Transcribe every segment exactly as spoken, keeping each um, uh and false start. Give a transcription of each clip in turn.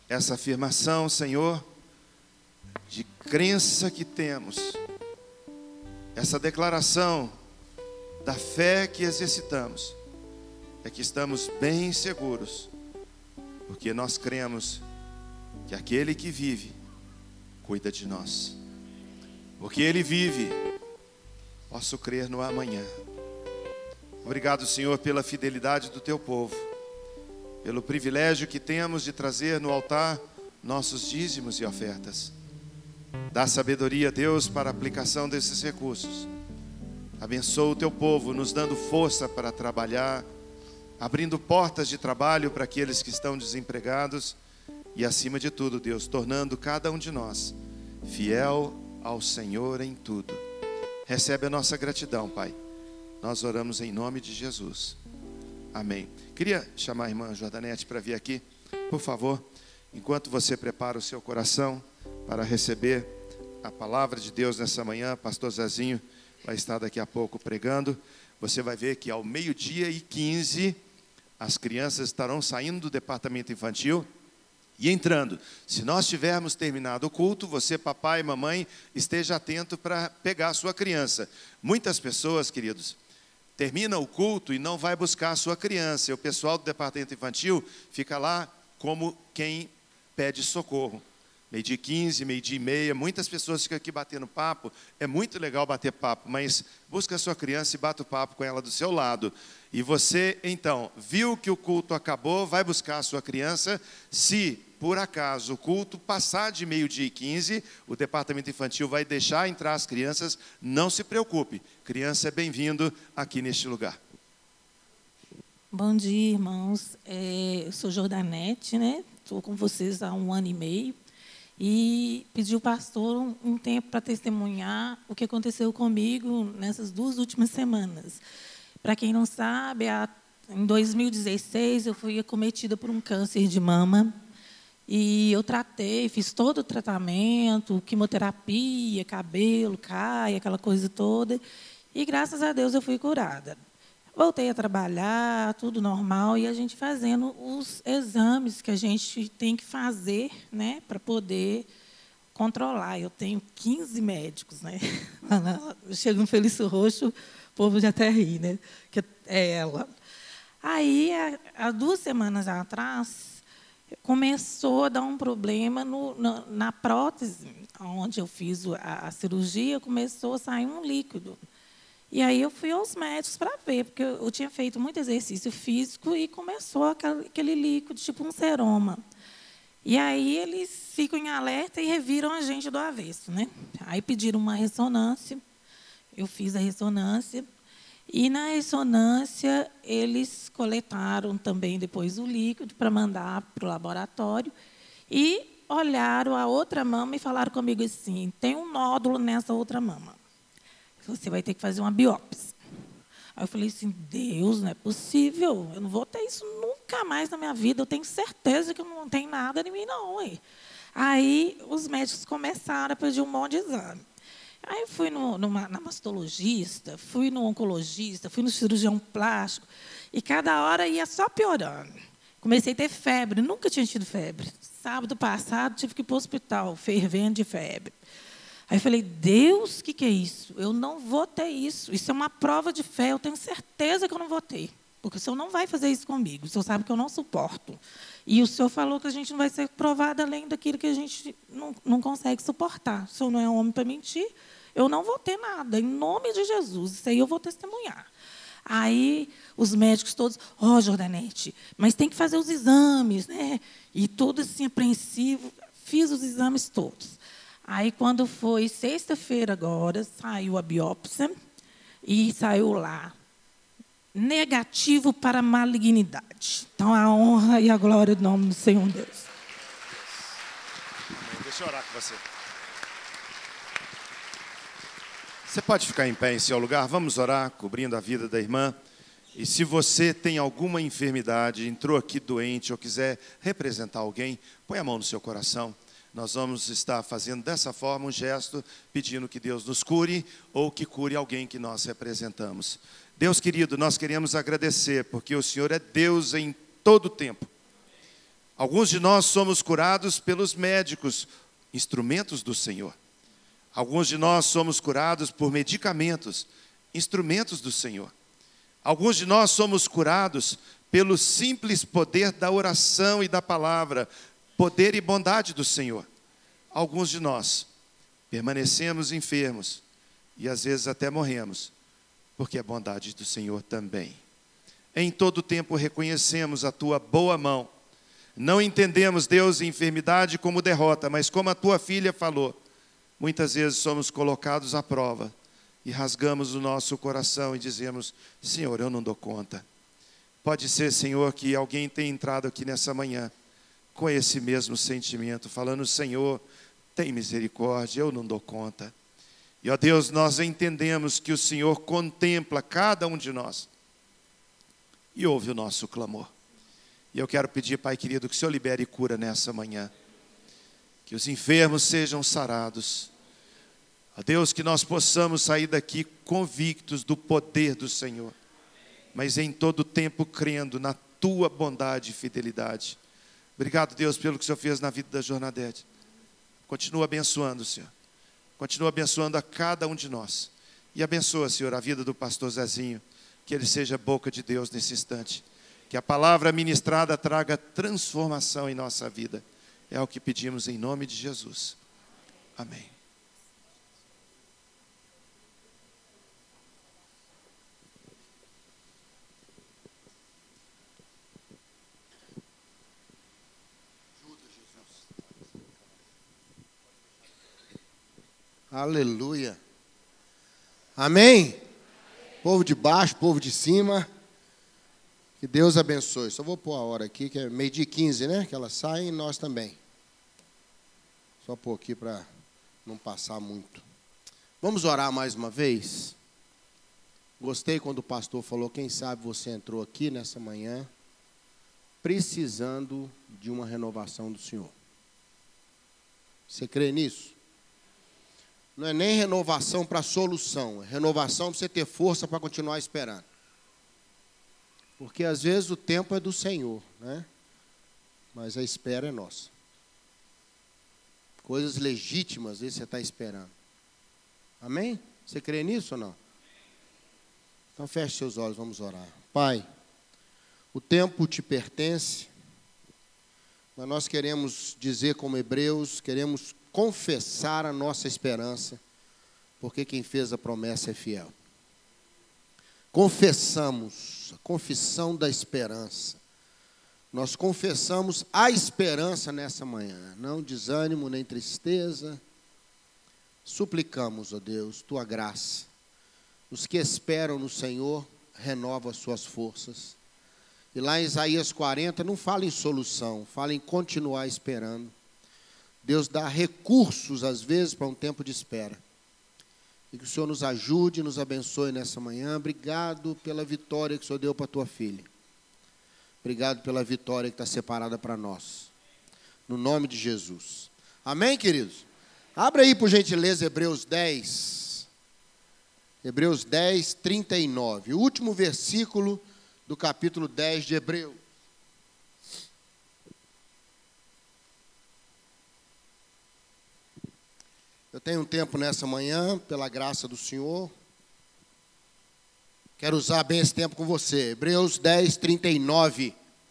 essa afirmação, Senhor, de crença que temos, essa declaração da fé que exercitamos, é que estamos bem seguros, porque nós cremos que aquele que vive, cuida de nós. Porque Ele vive, posso crer no amanhã. Obrigado, Senhor, pela fidelidade do Teu povo, pelo privilégio que temos de trazer no altar nossos dízimos e ofertas. Dá sabedoria, Deus, para a aplicação desses recursos. Abençoa o Teu povo, nos dando força para trabalhar, abrindo portas de trabalho para aqueles que estão desempregados e, acima de tudo, Deus, tornando cada um de nós fiel ao Senhor em tudo. Recebe a nossa gratidão, Pai. Nós oramos em nome de Jesus. Amém. Queria chamar a irmã Jordanete para vir aqui, por favor, enquanto você prepara o seu coração para receber a palavra de Deus nessa manhã. Pastor Zezinho vai estar daqui a pouco pregando. Você vai ver que ao meio-dia e quinze, as crianças estarão saindo do departamento infantil e entrando. Se nós tivermos terminado o culto, você, papai e mamãe, esteja atento para pegar a sua criança. Muitas pessoas, queridos, terminam o culto e não vai buscar a sua criança. E o pessoal do departamento infantil fica lá como quem pede socorro. Meio-dia e quinze, meio-dia e meia, muitas pessoas ficam aqui batendo papo. É muito legal bater papo, mas busca a sua criança e bata o papo com ela do seu lado. E você, então, viu que o culto acabou, vai buscar a sua criança. Se, por acaso, o culto passar de meio-dia e quinze, o departamento infantil vai deixar entrar as crianças. Não se preocupe, criança é bem-vindo aqui neste lugar. Bom dia, irmãos. É, eu sou Jordanete, né? Estou com vocês há um ano e meio. E pedi ao pastor um, um tempo para testemunhar o que aconteceu comigo nessas duas últimas semanas. Para quem não sabe, a, em dois mil e dezesseis eu fui acometida por um câncer de mama. E eu tratei, fiz todo o tratamento, quimioterapia, cabelo, cai, aquela coisa toda. E, graças a Deus, eu fui curada. Voltei a trabalhar, tudo normal, e a gente fazendo os exames que a gente tem que fazer, né, para poder controlar. Eu tenho quinze médicos, né? Eu chego no Felício Roxo, o povo já até ri, né? Que é ela. Aí, há duas semanas atrás, começou a dar um problema no, na, na prótese, onde eu fiz a, a cirurgia, começou a sair um líquido. E aí eu fui aos médicos para ver, porque eu tinha feito muito exercício físico e começou aquele, aquele líquido, tipo um seroma. E aí eles ficam em alerta e reviram a gente do avesso, né? Aí pediram uma ressonância, eu fiz a ressonância, e na ressonância eles coletaram também depois o líquido para mandar para o laboratório e olharam a outra mama e falaram comigo assim: tem um nódulo nessa outra mama. Você vai ter que fazer uma biópsia. Aí eu falei assim: Deus, não é possível, eu não vou ter isso nunca mais na minha vida, eu tenho certeza que não tem nada em mim, não. Ué. Aí os médicos começaram a pedir um monte de exame. Aí eu fui no, numa, na mastologista, fui no oncologista, fui no cirurgião plástico, e cada hora ia só piorando. Comecei a ter febre, nunca tinha tido febre. Sábado passado tive que ir para o hospital, fervendo de febre. Aí eu falei: Deus, o que, que é isso? Eu não vou ter isso. Isso é uma prova de fé, eu tenho certeza que eu não vou ter. Porque o Senhor não vai fazer isso comigo. O Senhor sabe que eu não suporto. E o Senhor falou que a gente não vai ser provado além daquilo que a gente não, não consegue suportar. O Senhor não é homem para mentir. Eu não vou ter nada, em nome de Jesus. Isso aí eu vou testemunhar. Aí os médicos todos: ó, oh, Jordanete, mas tem que fazer os exames, né? E tudo assim, apreensivo. Fiz os exames todos. Aí, quando foi sexta-feira agora, saiu a biópsia e saiu lá: negativo para malignidade. Então, a honra e a glória do nome do Senhor Deus. Deixa eu orar com você. Você pode ficar em pé em seu lugar? Vamos orar, cobrindo a vida da irmã. E se você tem alguma enfermidade, entrou aqui doente ou quiser representar alguém, põe a mão no seu coração. Nós vamos estar fazendo dessa forma um gesto, pedindo que Deus nos cure ou que cure alguém que nós representamos. Deus querido, nós queremos agradecer, porque o Senhor é Deus em todo tempo. Alguns de nós somos curados pelos médicos, instrumentos do Senhor. Alguns de nós somos curados por medicamentos, instrumentos do Senhor. Alguns de nós somos curados pelo simples poder da oração e da palavra, poder e bondade do Senhor. Alguns de nós permanecemos enfermos e às vezes até morremos, porque é bondade do Senhor também. Em todo tempo reconhecemos a tua boa mão. Não entendemos, Deus, enfermidade como derrota, mas como a tua filha falou, muitas vezes somos colocados à prova e rasgamos o nosso coração e dizemos: Senhor, eu não dou conta. Pode ser, Senhor, que alguém tenha entrado aqui nessa manhã com esse mesmo sentimento, falando: Senhor, tem misericórdia, eu não dou conta. E, ó Deus, nós entendemos que o Senhor contempla cada um de nós e ouve o nosso clamor. E eu quero pedir, Pai querido, que o Senhor libere cura nessa manhã. Que os enfermos sejam sarados. Ó Deus, que nós possamos sair daqui convictos do poder do Senhor, mas em todo tempo crendo na tua bondade e fidelidade. Obrigado, Deus, pelo que o Senhor fez na vida da Jornadete. Continua abençoando, Senhor. Continua abençoando a cada um de nós. E abençoa, Senhor, a vida do pastor Zezinho. Que ele seja boca de Deus nesse instante. Que a palavra ministrada traga transformação em nossa vida. É o que pedimos em nome de Jesus. Amém. Aleluia. Amém? Povo de baixo, povo de cima. Que Deus abençoe. Só vou pôr a hora aqui, que é meio-dia e quinze, né? Que elas saem e nós também. Só pôr aqui para não passar muito. Vamos orar mais uma vez? Gostei quando o pastor falou: quem sabe você entrou aqui nessa manhã precisando de uma renovação do Senhor. Você crê nisso? Não é nem renovação para solução, é renovação para você ter força para continuar esperando. Porque às vezes o tempo é do Senhor, né? Mas a espera é nossa. Coisas legítimas, às vezes você está esperando. Amém? Você crê nisso ou não? Então feche seus olhos, vamos orar. Pai, o tempo te pertence, mas nós queremos dizer como hebreus, queremos confessar a nossa esperança, porque quem fez a promessa é fiel. Confessamos a confissão da esperança. Nós confessamos a esperança nessa manhã, não desânimo nem tristeza. Suplicamos, ó Deus, tua graça. Os que esperam no Senhor, renova as suas forças. E lá em Isaías quarenta, não fala em solução, fala em continuar esperando. Deus dá recursos, às vezes, para um tempo de espera. E que o Senhor nos ajude, nos abençoe nessa manhã. Obrigado pela vitória que o Senhor deu para a tua filha. Obrigado pela vitória que está separada para nós. No nome de Jesus. Amém, queridos? Abra aí, por gentileza, Hebreus dez. Hebreus dez, trinta e nove. O último versículo do capítulo dez de Hebreus. Eu tenho um tempo nessa manhã, pela graça do Senhor. Quero usar bem esse tempo com você. Hebreus dez, trinta e nove.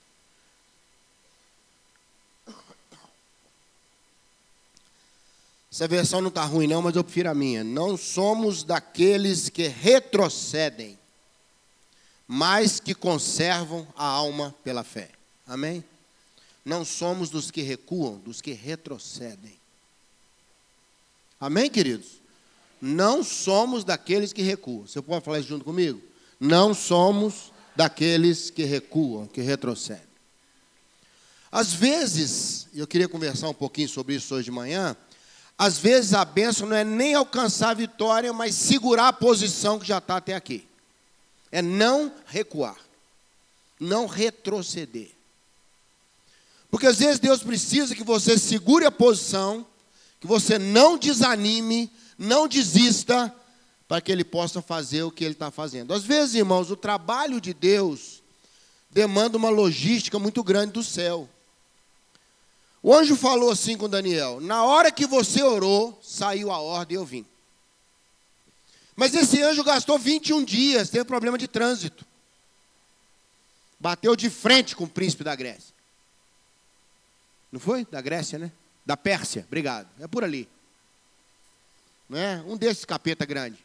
Essa versão não está ruim não, mas eu prefiro a minha. Não somos daqueles que retrocedem, mas que conservam a alma pela fé. Amém? Não somos dos que recuam, dos que retrocedem. Amém, queridos? Não somos daqueles que recuam. Você pode falar isso junto comigo? Não somos daqueles que recuam, que retrocedem. Às vezes, eu queria conversar um pouquinho sobre isso hoje de manhã, às vezes a bênção não é nem alcançar a vitória, mas segurar a posição que já está até aqui. É não recuar, não retroceder. Porque às vezes Deus precisa que você segure a posição, que você não desanime, não desista, para que Ele possa fazer o que Ele está fazendo. Às vezes, irmãos, o trabalho de Deus demanda uma logística muito grande do céu. O anjo falou assim com Daniel: na hora que você orou, saiu a ordem e eu vim. Mas esse anjo gastou vinte e um dias, teve problema de trânsito. Bateu de frente com o príncipe da Grécia. Não foi? Da Grécia, né? Da Pérsia, obrigado. É por ali. Não é? Um desses capeta grande.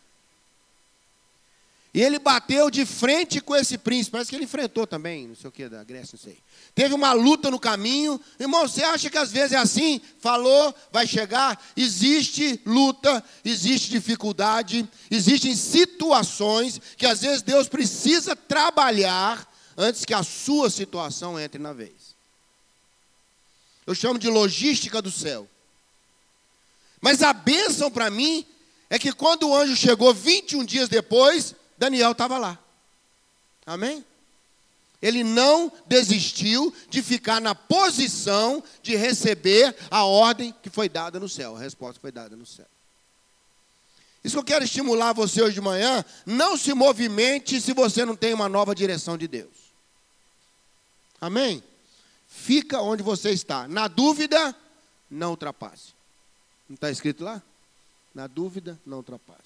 E ele bateu de frente com esse príncipe. Parece que ele enfrentou também, não sei o que, da Grécia, não sei. Teve uma luta no caminho. Irmão, você acha que às vezes é assim? Falou, vai chegar. Existe luta, existe dificuldade, existem situações que às vezes Deus precisa trabalhar antes que a sua situação entre na vez. Eu chamo de logística do céu. Mas a bênção para mim é que quando o anjo chegou vinte e um dias depois, Daniel estava lá. Amém? Ele não desistiu de ficar na posição de receber a ordem que foi dada no céu. A resposta foi dada no céu. Isso que eu quero estimular você hoje de manhã. Não se movimente se você não tem uma nova direção de Deus. Amém? Fica onde você está. Na dúvida, não ultrapasse. Não está escrito lá? Na dúvida, não ultrapasse.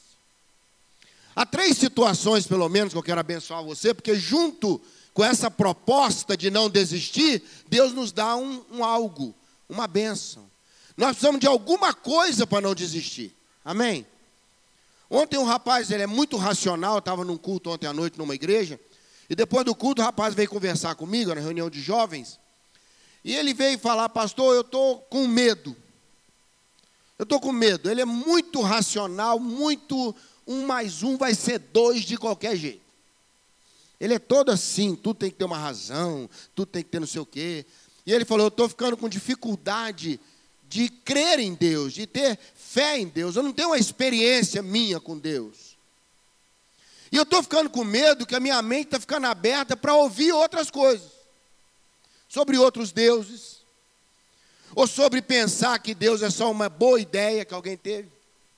Há três situações, pelo menos, que eu quero abençoar você, porque junto com essa proposta de não desistir, Deus nos dá um, um algo, uma bênção. Nós precisamos de alguma coisa para não desistir. Amém? Ontem um rapaz, ele é muito racional, estava num culto ontem à noite numa igreja, e depois do culto o rapaz veio conversar comigo, na reunião de jovens, e ele veio falar: pastor, eu estou com medo. Eu estou com medo. Ele é muito racional, muito... Um mais um vai ser dois de qualquer jeito. Ele é todo assim, tudo tem que ter uma razão, tudo tem que ter não sei o quê. E ele falou: eu estou ficando com dificuldade de crer em Deus, de ter fé em Deus. Eu não tenho uma experiência minha com Deus. E eu estou ficando com medo que a minha mente está ficando aberta para ouvir outras coisas. Sobre outros deuses. Ou sobre pensar que Deus é só uma boa ideia que alguém teve.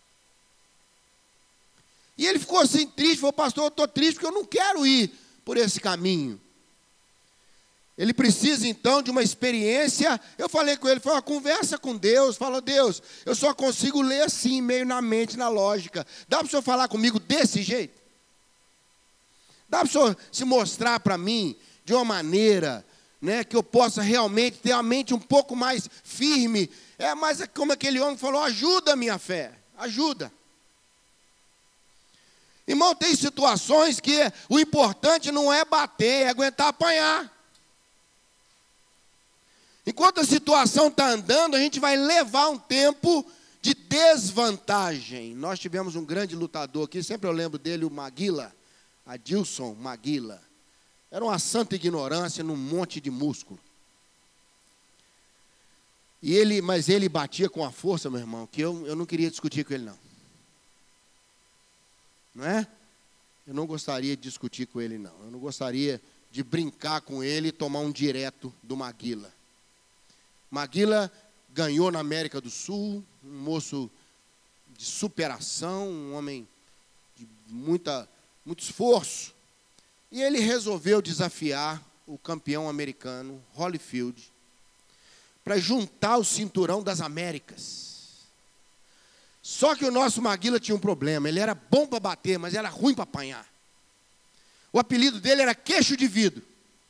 E ele ficou assim triste, falou: pastor, eu estou triste porque eu não quero ir por esse caminho. Ele precisa então de uma experiência. Eu falei com ele, falei: conversa com Deus, fala: Deus, eu só consigo ler assim, meio na mente, na lógica. Dá para o senhor falar comigo desse jeito? Dá para o senhor se mostrar para mim de uma maneira, né, que eu possa realmente ter a mente um pouco mais firme? É, mas como aquele homem falou: ajuda a minha fé, ajuda. Irmão, tem situações que o importante não é bater, é aguentar apanhar. Enquanto a situação está andando, a gente vai levar um tempo de desvantagem. Nós tivemos um grande lutador aqui, sempre eu lembro dele, o Maguila, Adilson Maguila. Era uma santa ignorância num monte de músculo. E ele, mas ele batia com a força, meu irmão, que eu, eu não queria discutir com ele, não. Não é? Eu não gostaria de discutir com ele, não. Eu não gostaria de brincar com ele e tomar um direto do Maguila. Maguila ganhou na América do Sul, um moço de superação, um homem de muita, muito esforço. E ele resolveu desafiar o campeão americano, Holyfield, para juntar o cinturão das Américas. Só que o nosso Maguila tinha um problema. Ele era bom para bater, mas era ruim para apanhar. O apelido dele era queixo de vidro.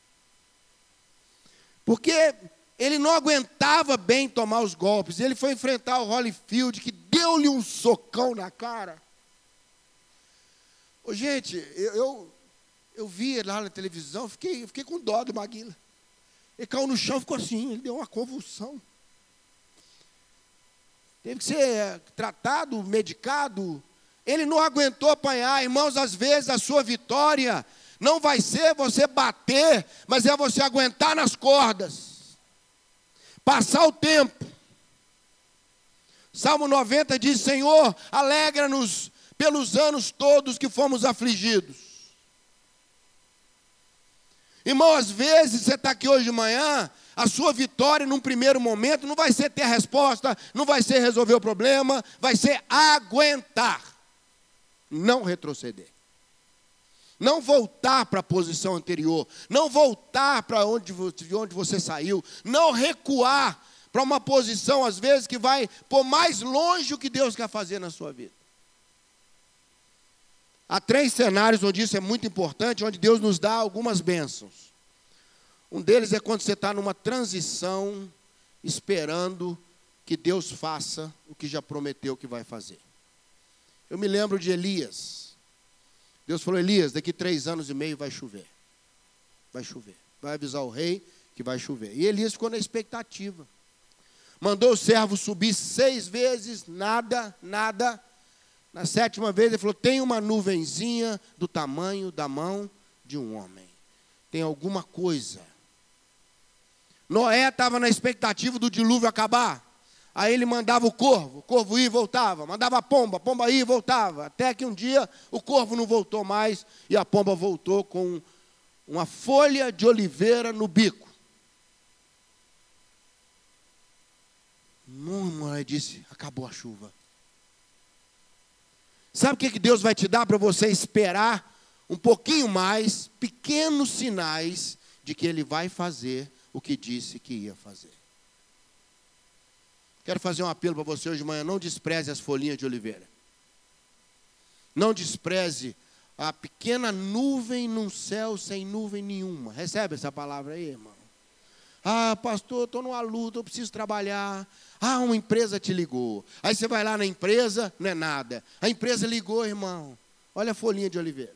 Porque ele não aguentava bem tomar os golpes. Ele foi enfrentar o Holyfield, que deu-lhe um socão na cara. Ô, gente, eu, eu, eu vi lá na televisão, fiquei, fiquei com dó do Maguila. Ele caiu no chão, ficou assim, ele deu uma convulsão. Teve que ser tratado, medicado. Ele não aguentou apanhar. Irmãos, às vezes a sua vitória não vai ser você bater, mas é você aguentar nas cordas. Passar o tempo. Salmo noventa diz: Senhor, alegra-nos pelos anos todos que fomos afligidos. Irmão, às vezes você está aqui hoje de manhã, a sua vitória num primeiro momento não vai ser ter a resposta, não vai ser resolver o problema, vai ser aguentar, não retroceder. Não voltar para a posição anterior, não voltar para onde, de onde você saiu, não recuar para uma posição, às vezes, que vai pôr mais longe o que Deus quer fazer na sua vida. Há três cenários onde isso é muito importante, onde Deus nos dá algumas bênçãos. Um deles é quando você está numa transição, esperando que Deus faça o que já prometeu que vai fazer. Eu me lembro de Elias. Deus falou: Elias, daqui três anos e meio vai chover. Vai chover. Vai avisar o rei que vai chover. E Elias ficou na expectativa. Mandou o servo subir seis vezes, nada, nada. Na sétima vez ele falou: tem uma nuvenzinha do tamanho da mão de um homem. Tem alguma coisa. Noé estava na expectativa do dilúvio acabar. Aí ele mandava o corvo, o corvo ia e voltava. Mandava a pomba, a pomba ia e voltava. Até que um dia o corvo não voltou mais e a pomba voltou com uma folha de oliveira no bico. Noé disse: acabou a chuva. Sabe o que que Deus vai te dar para você esperar um pouquinho mais, pequenos sinais de que Ele vai fazer o que disse que ia fazer. Quero fazer um apelo para você hoje de manhã: não despreze as folhinhas de oliveira. Não despreze a pequena nuvem num céu sem nuvem nenhuma. Recebe essa palavra aí, irmão? Ah, pastor, estou numa luta, eu preciso trabalhar. Ah, uma empresa te ligou. Aí você vai lá na empresa, não é nada. A empresa ligou, irmão. Olha a folhinha de oliveira.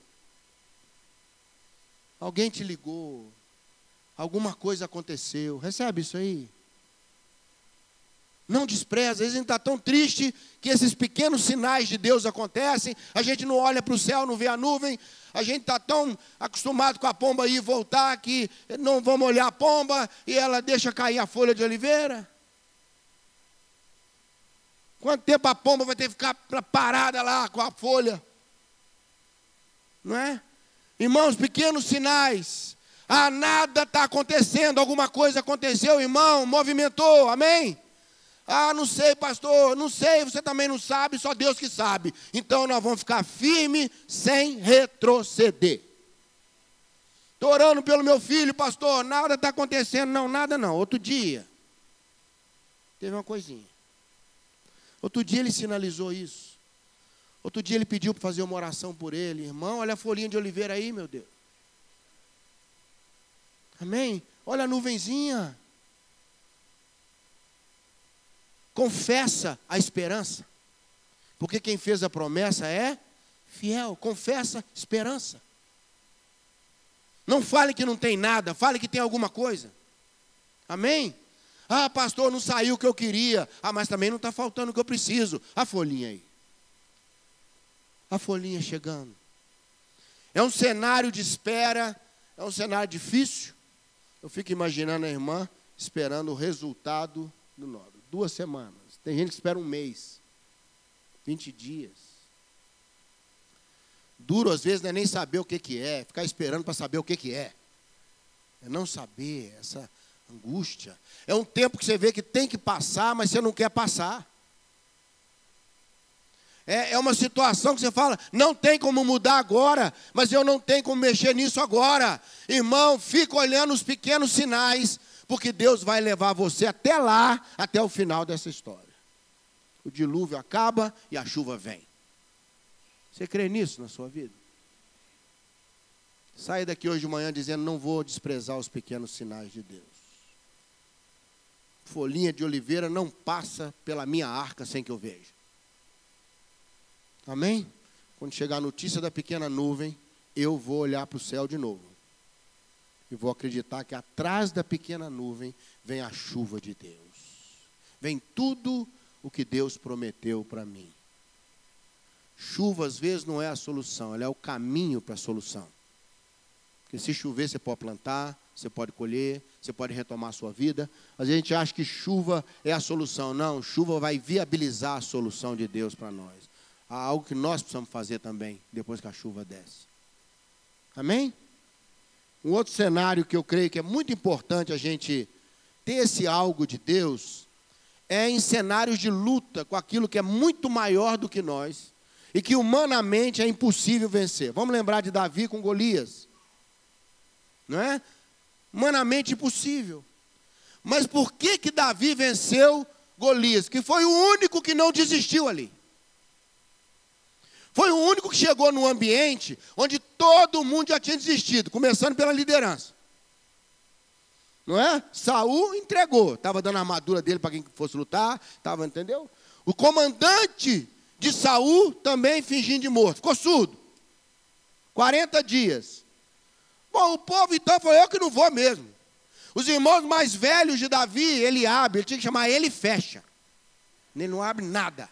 Alguém te ligou. Alguma coisa aconteceu. Recebe isso aí? Não despreza. Às vezes a gente está tão triste que esses pequenos sinais de Deus acontecem. A gente não olha para o céu, não vê a nuvem. A gente está tão acostumado com a pomba ir e voltar que não vamos olhar a pomba e ela deixa cair a folha de oliveira. Quanto tempo a pomba vai ter que ficar parada lá com a folha? Não é? Irmãos, pequenos sinais. Ah, nada está acontecendo, alguma coisa aconteceu, irmão, movimentou, amém? Ah, não sei, pastor, não sei, você também não sabe, só Deus que sabe. Então nós vamos ficar firmes sem retroceder. Estou orando pelo meu filho, pastor, nada está acontecendo. Não, nada não. Outro dia, teve uma coisinha. Outro dia ele sinalizou isso. Outro dia ele pediu para fazer uma oração por ele. Irmão, olha a folhinha de oliveira aí, meu Deus. Amém? Olha a nuvenzinha. Confessa a esperança. Porque quem fez a promessa é fiel. Confessa esperança. Não fale que não tem nada, fale que tem alguma coisa. Amém? Ah, pastor, não saiu o que eu queria. Ah, mas também não está faltando o que eu preciso. A folhinha aí. A folhinha chegando. É um cenário de espera, é um cenário difícil. Eu fico imaginando a irmã esperando o resultado do nódulo. Duas semanas. Tem gente que espera um mês. vinte dias. Duro, às vezes, não é nem saber o que, que é. Ficar esperando para saber o que, que é. É não saber, essa angústia. É um tempo que você vê que tem que passar, mas você não quer passar. É, é uma situação que você fala: não tem como mudar agora, mas eu não tenho como mexer nisso agora. Irmão, fica olhando os pequenos sinais, porque Deus vai levar você até lá, até o final dessa história. O dilúvio acaba e a chuva vem. Você crê nisso na sua vida? Saia daqui hoje de manhã dizendo: não vou desprezar os pequenos sinais de Deus. Folhinha de oliveira não passa pela minha arca sem que eu veja. Amém? Quando chegar a notícia da pequena nuvem, eu vou olhar para o céu de novo. E vou acreditar que atrás da pequena nuvem vem a chuva de Deus. Vem tudo o que Deus prometeu para mim. Chuva, às vezes, não é a solução, ela é o caminho para a solução. Porque se chover, você pode plantar, você pode colher, você pode retomar a sua vida. Às vezes a gente acha que chuva é a solução. Não, chuva vai viabilizar a solução de Deus para nós. Há algo que nós precisamos fazer também, depois que a chuva desce. Amém? Um outro cenário que eu creio que é muito importante a gente ter esse algo de Deus é em cenários de luta com aquilo que é muito maior do que nós e que humanamente é impossível vencer. Vamos lembrar de Davi com Golias. Não é? Humanamente impossível. Mas por que que Davi venceu Golias? Que foi o único que não desistiu ali. Foi o único que chegou num ambiente onde todo mundo já tinha desistido, começando pela liderança. Não é? Saul entregou, estava dando a armadura dele para quem fosse lutar, estava, entendeu? O comandante de Saul também fingindo de morto, ficou surdo. quarenta dias. Bom, o povo então falou, eu que não vou mesmo. Os irmãos mais velhos de Davi, ele abre, ele tinha que chamar ele fecha. Ele não abre nada.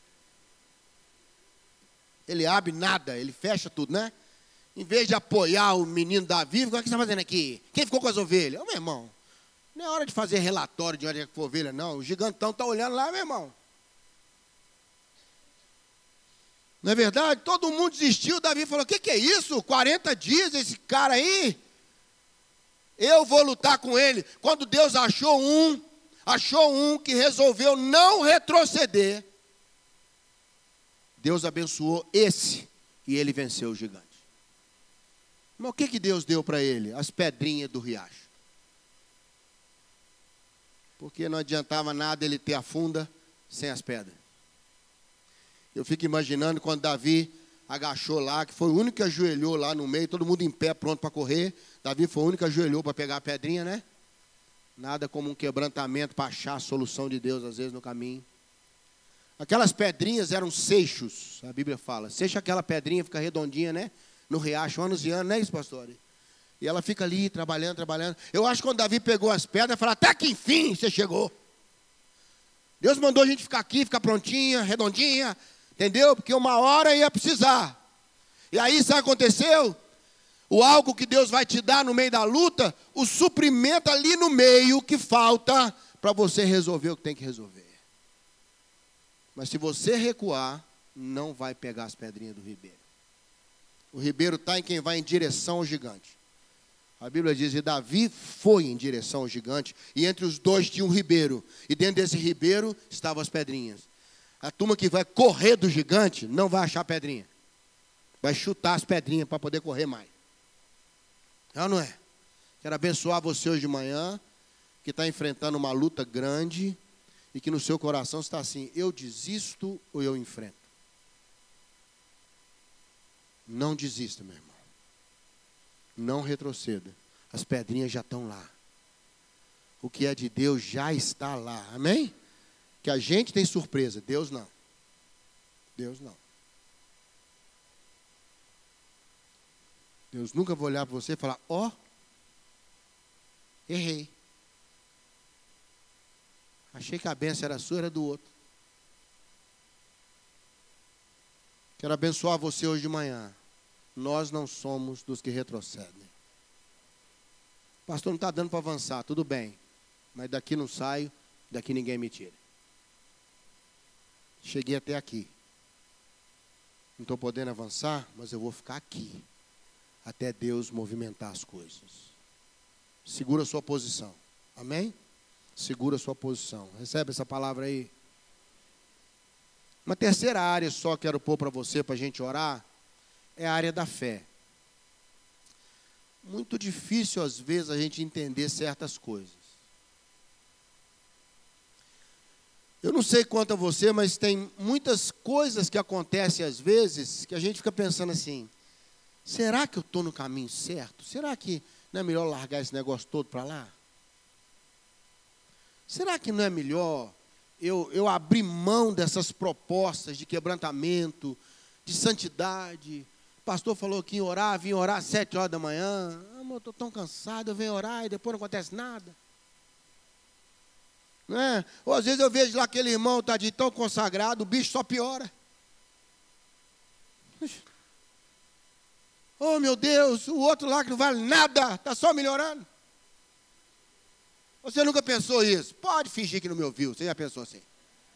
Ele abre nada, ele fecha tudo, né? Em vez de apoiar o menino Davi, o que você está fazendo aqui? Quem ficou com as ovelhas? Ô, meu irmão, não é hora de fazer relatório de onde é que foi ovelha, não. O gigantão está olhando lá, meu irmão. Não é verdade? Todo mundo desistiu. Davi falou, o que, que é isso? quarenta dias esse cara aí? Eu vou lutar com ele. Quando Deus achou um, achou um que resolveu não retroceder, Deus abençoou esse e ele venceu o gigante. Mas o que, que Deus deu para ele? As pedrinhas do riacho. Porque não adiantava nada ele ter a funda sem as pedras. Eu fico imaginando quando Davi agachou lá, que foi o único que ajoelhou lá no meio, todo mundo em pé, pronto para correr. Davi foi o único que ajoelhou para pegar a pedrinha, né? Nada como um quebrantamento para achar a solução de Deus, às vezes, no caminho. Aquelas pedrinhas eram seixos, a Bíblia fala. Seixo é aquela pedrinha, fica redondinha, né? No riacho, anos e anos, não é isso, pastor? E ela fica ali, trabalhando, trabalhando. Eu acho que quando Davi pegou as pedras, falou, até que enfim você chegou. Deus mandou a gente ficar aqui, ficar prontinha, redondinha, entendeu? Porque uma hora ia precisar. E aí, sabe o que aconteceu? O algo que Deus vai te dar no meio da luta, o suprimento ali no meio que falta para você resolver o que tem que resolver. Mas se você recuar, não vai pegar as pedrinhas do ribeiro. O ribeiro está em quem vai em direção ao gigante. A Bíblia diz que Davi foi em direção ao gigante, e entre os dois tinha um ribeiro. E dentro desse ribeiro estavam as pedrinhas. A turma que vai correr do gigante não vai achar pedrinha. Vai chutar as pedrinhas para poder correr mais. É ou não é? Quero abençoar você hoje de manhã, que está enfrentando uma luta grande, e que no seu coração está assim, eu desisto ou eu enfrento? Não desista, meu irmão. Não retroceda. As pedrinhas já estão lá. O que é de Deus já está lá. Amém? Que a gente tem surpresa. Deus não. Deus não. Deus nunca vai olhar para você e falar, ó, oh, errei. Achei que a bênção era sua, era do outro. Quero abençoar você hoje de manhã. Nós não somos dos que retrocedem. Pastor, não está dando para avançar, tudo bem. Mas daqui não saio, daqui ninguém me tira. Cheguei até aqui. Não estou podendo avançar, mas eu vou ficar aqui. Até Deus movimentar as coisas. Segura a sua posição. Amém? Segura a sua posição. Recebe essa palavra aí. Uma terceira área só quero pôr para você, para a gente orar, é a área da fé. Muito difícil, às vezes, a gente entender certas coisas. Eu não sei quanto a você, mas tem muitas coisas que acontecem, às vezes, que a gente fica pensando assim, será que eu estou no caminho certo? Será que não é melhor largar esse negócio todo para lá? Será que não é melhor eu, eu abrir mão dessas propostas de quebrantamento, de santidade? O pastor falou que ia orar, vim orar às sete horas da manhã. Amor, estou tão cansado, eu venho orar e depois não acontece nada. Não é? Ou às vezes eu vejo lá aquele irmão, tadinho, tão consagrado, o bicho só piora. Oh, meu Deus, o outro lá que não vale nada, está só melhorando. Você nunca pensou isso? Pode fingir que não me ouviu, você já pensou assim.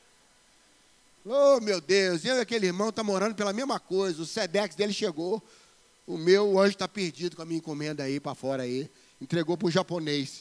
Oh, meu Deus, eu e aquele irmão estão morando pela mesma coisa, o Sedex dele chegou, o meu o anjo está perdido com a minha encomenda aí para fora aí, entregou para um japonês.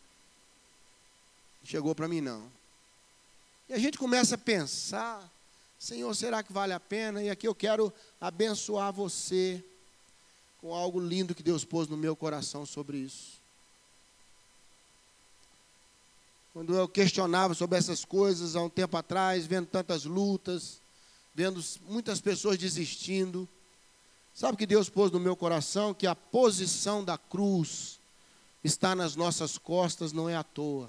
Não chegou para mim não. E a gente começa a pensar, Senhor, será que vale a pena? E aqui eu quero abençoar você com algo lindo que Deus pôs no meu coração sobre isso. Quando eu questionava sobre essas coisas há um tempo atrás, vendo tantas lutas, vendo muitas pessoas desistindo, sabe o que Deus pôs no meu coração? Que a posição da cruz está nas nossas costas, não é à toa.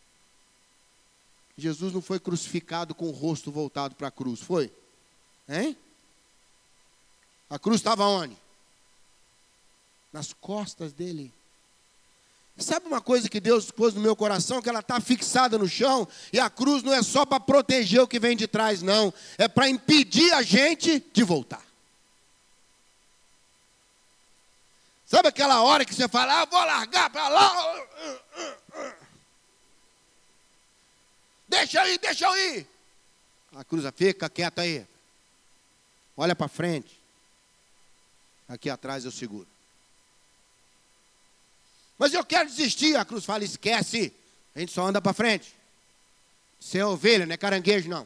Jesus não foi crucificado com o rosto voltado para a cruz, foi? Hein? A cruz estava onde? Nas costas dele. Sabe uma coisa que Deus pôs no meu coração? Que ela está fixada no chão, e a cruz não é só para proteger o que vem de trás, não. É para impedir a gente de voltar. Sabe aquela hora que você fala, ah, vou largar para lá. Deixa eu ir, deixa eu ir. A cruz fica quieta aí. Olha para frente. Aqui atrás eu seguro. Mas eu quero desistir. A cruz fala, esquece. A gente só anda para frente. Você é ovelha, não é caranguejo, não.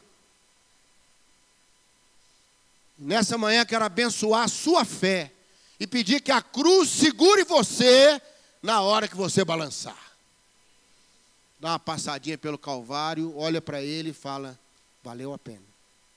Nessa manhã eu quero abençoar a sua fé e pedir que a cruz segure você na hora que você balançar. Dá uma passadinha pelo Calvário, olha para ele e fala, valeu a pena.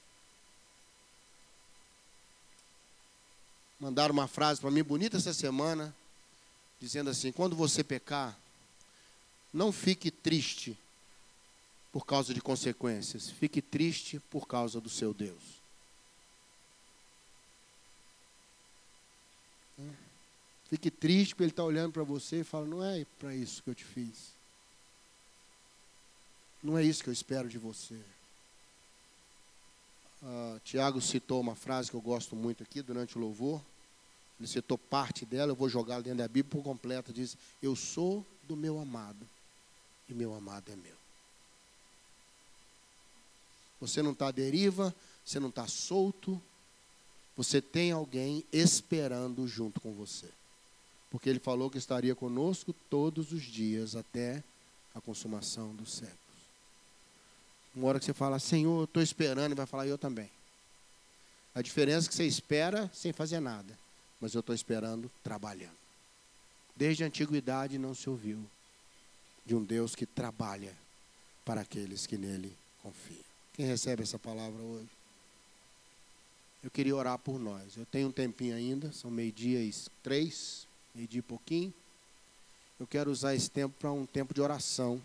Mandaram uma frase para mim bonita essa semana, dizendo assim, quando você pecar, não fique triste por causa de consequências, fique triste por causa do seu Deus. Fique triste porque ele está olhando para você e fala, não é para isso que eu te fiz. Não é isso que eu espero de você. Uh, Tiago citou uma frase que eu gosto muito aqui durante o louvor. Ele citou parte dela, eu vou jogá-la dentro da Bíblia por completo. Diz, eu sou do meu amado e meu amado é meu. Você não está à deriva, você não está solto. Você tem alguém esperando junto com você. Porque ele falou que estaria conosco todos os dias até a consumação dos séculos. Uma hora que você fala, Senhor, eu estou esperando, ele vai falar, eu também. A diferença é que você espera sem fazer nada. Mas eu estou esperando trabalhando. Desde a antiguidade não se ouviu de um Deus que trabalha para aqueles que nele confiam. Quem recebe essa palavra hoje? Eu queria orar por nós. Eu tenho um tempinho ainda, são meio-dia e três, meio-dia e pouquinho. Eu quero usar esse tempo para um tempo de oração.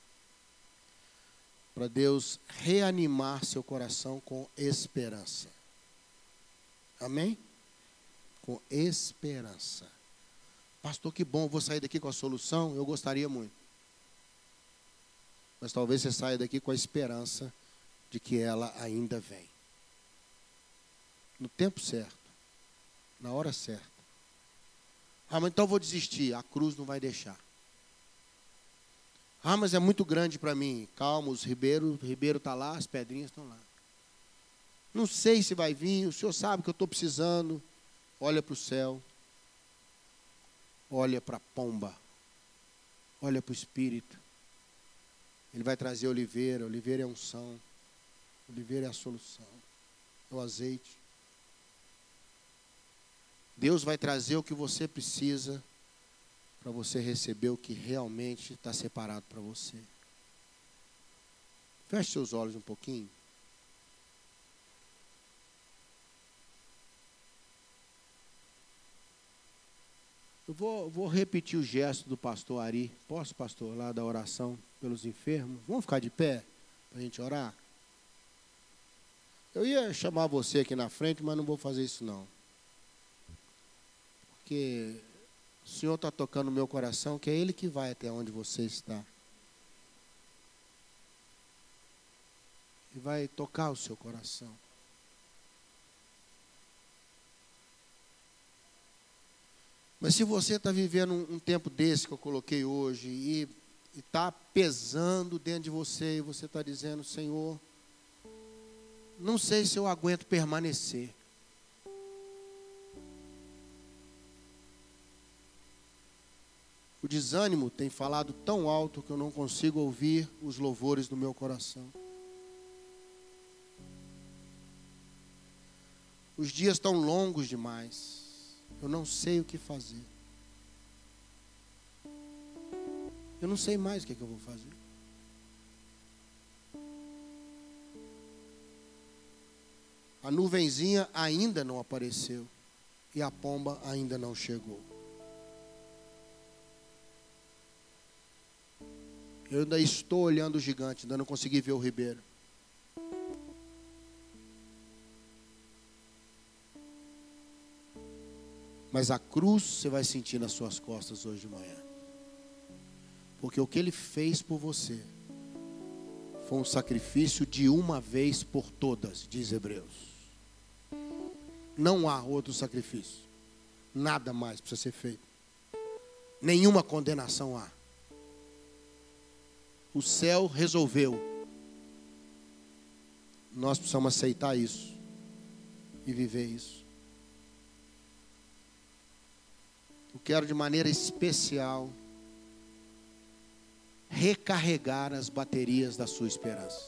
Para Deus reanimar seu coração com esperança. Amém? Com esperança. Pastor, que bom, eu vou sair daqui com a solução? Eu gostaria muito. Mas talvez você saia daqui com a esperança de que ela ainda vem. No tempo certo. Na hora certa. Ah, mas então eu vou desistir. A cruz não vai deixar. Ah, mas é muito grande para mim. Calma, os ribeiros, o ribeiro está lá, as pedrinhas estão lá. Não sei se vai vir, o senhor sabe que eu estou precisando. Olha para o céu. Olha para a pomba. Olha para o Espírito. Ele vai trazer oliveira. Oliveira é unção. Oliveira é a solução. É o azeite. Deus vai trazer o que você precisa para você receber o que realmente está separado para você. Feche seus olhos um pouquinho. Eu vou, vou repetir o gesto do pastor Ari. Posso, pastor, lá da oração pelos enfermos? Vamos ficar de pé para a gente orar? Eu ia chamar você aqui na frente, mas não vou fazer isso não. Porque o Senhor está tocando no meu coração, que é Ele que vai até onde você está. E vai tocar o seu coração. Mas se você está vivendo um, um tempo desse que eu coloquei hoje, e está pesando dentro de você, e você está dizendo, Senhor, não sei se eu aguento permanecer. O desânimo tem falado tão alto que eu não consigo ouvir os louvores do meu coração. Os dias estão longos demais. Eu não sei o que fazer. Eu não sei mais o que, é que eu vou fazer. A nuvenzinha ainda não apareceu e a pomba ainda não chegou. Eu ainda estou olhando o gigante, ainda não consegui ver o ribeiro. Mas a cruz você vai sentir nas suas costas hoje de manhã. Porque o que Ele fez por você foi um sacrifício de uma vez por todas, diz Hebreus. Não há outro sacrifício. Nada mais precisa ser feito. Nenhuma condenação há. O céu resolveu. Nós precisamos aceitar isso e viver isso. Eu quero de maneira especial recarregar as baterias da sua esperança.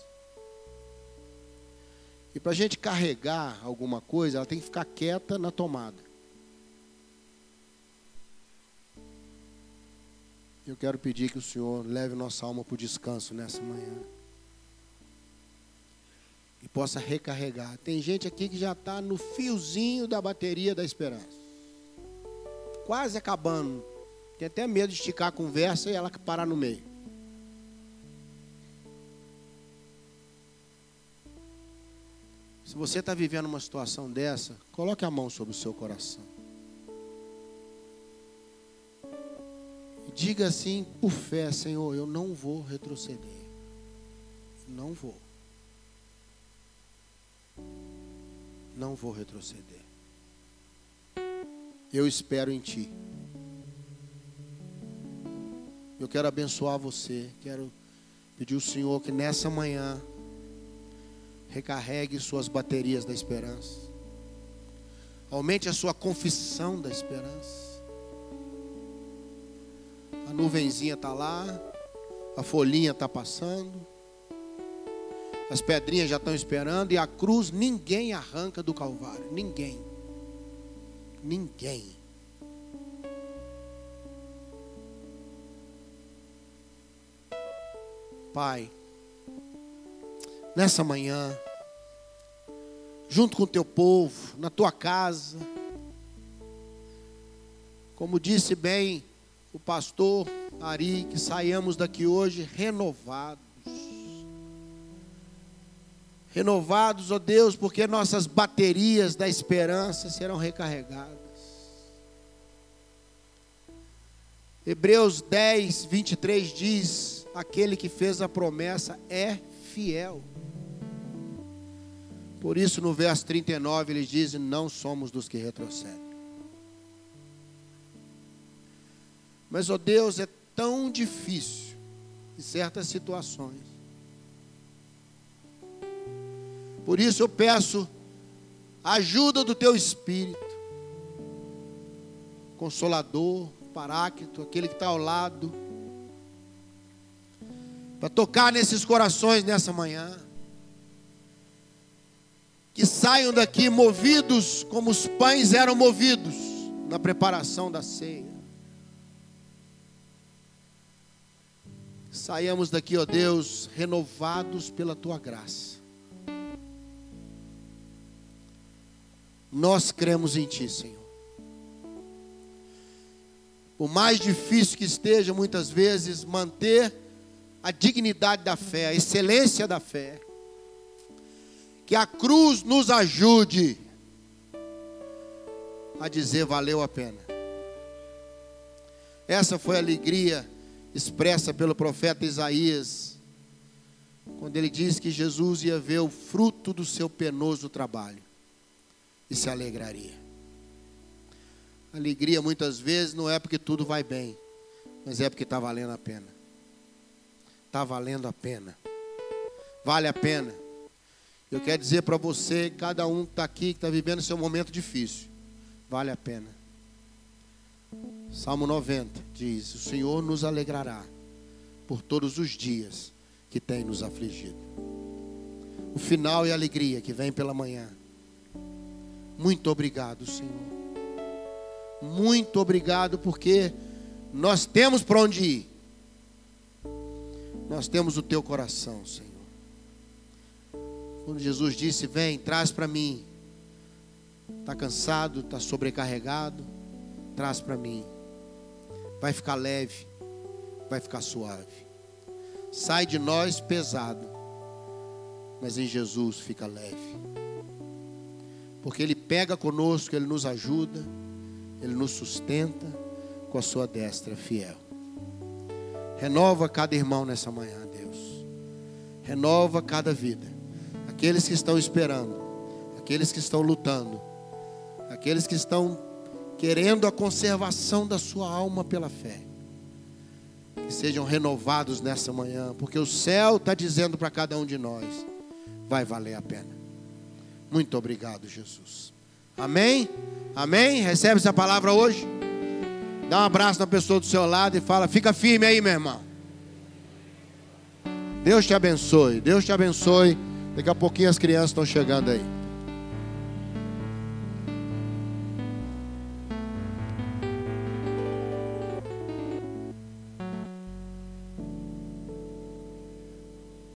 E para a gente carregar alguma coisa, ela tem que ficar quieta na tomada. Eu quero pedir que o Senhor leve nossa alma para o descanso nessa manhã. E possa recarregar. Tem gente aqui que já está no fiozinho da bateria da esperança. Quase acabando. Tem até medo de esticar a conversa e ela parar no meio. Se você está vivendo uma situação dessa, coloque a mão sobre o seu coração. E diga assim, por fé, Senhor, eu não vou retroceder. Não vou. Não vou retroceder. Eu espero em Ti. Eu quero abençoar você. Quero pedir ao Senhor que nessa manhã recarregue suas baterias da esperança. Aumente a sua confissão da esperança. A nuvenzinha está lá. A folhinha está passando. As pedrinhas já estão esperando. E a cruz ninguém arranca do Calvário. Ninguém. Ninguém. Pai, nessa manhã, junto com o teu povo, na tua casa, como disse bem o pastor Ari, que saiamos daqui hoje renovados. Renovados, ó Deus, porque nossas baterias da esperança serão recarregadas. Hebreus dez, vinte e três diz: aquele que fez a promessa é fiel. Por isso no verso trinta e nove ele diz: não somos dos que retrocedem. Mas, ó Deus, é tão difícil em certas situações. Por isso eu peço a ajuda do Teu Espírito, Consolador, Paráclito, aquele que está ao lado, para tocar nesses corações nessa manhã, que saiam daqui movidos como os pães eram movidos na preparação da ceia. Saiamos daqui, ó Deus, renovados pela Tua graça. Nós cremos em Ti, Senhor. Por mais difícil que esteja, muitas vezes, manter a dignidade da fé, a excelência da fé. Que a cruz nos ajude a dizer: valeu a pena. Essa foi a alegria expressa pelo profeta Isaías, quando ele diz que Jesus ia ver o fruto do seu penoso trabalho e se alegraria. Alegria muitas vezes não é porque tudo vai bem, mas é porque está valendo a pena. Está valendo a pena. Vale a pena. Eu quero dizer para você, cada um que está aqui, que está vivendo seu momento difícil, vale a pena. Salmo noventa diz: o Senhor nos alegrará por todos os dias que tem nos afligido. O final e a alegria que vem pela manhã. Muito obrigado, Senhor. Muito obrigado, porque nós temos para onde ir. Nós temos o Teu coração, Senhor. Quando Jesus disse, vem, traz para mim. Está cansado, está sobrecarregado, traz para mim. Vai ficar leve, vai ficar suave. Sai de nós pesado, mas em Jesus fica leve. Porque Ele pega conosco, Ele nos ajuda, Ele nos sustenta com a sua destra fiel. Renova cada irmão nessa manhã, Deus. Renova cada vida. Aqueles que estão esperando, aqueles que estão lutando, aqueles que estão querendo a conservação da sua alma pela fé. Que sejam renovados nessa manhã, porque o céu está dizendo para cada um de nós, vai valer a pena. Muito obrigado, Jesus. Amém? Amém? Recebe essa palavra hoje? Dá um abraço na pessoa do seu lado e fala, fica firme aí, meu irmão. Deus te abençoe, Deus te abençoe. Daqui a pouquinho as crianças estão chegando aí.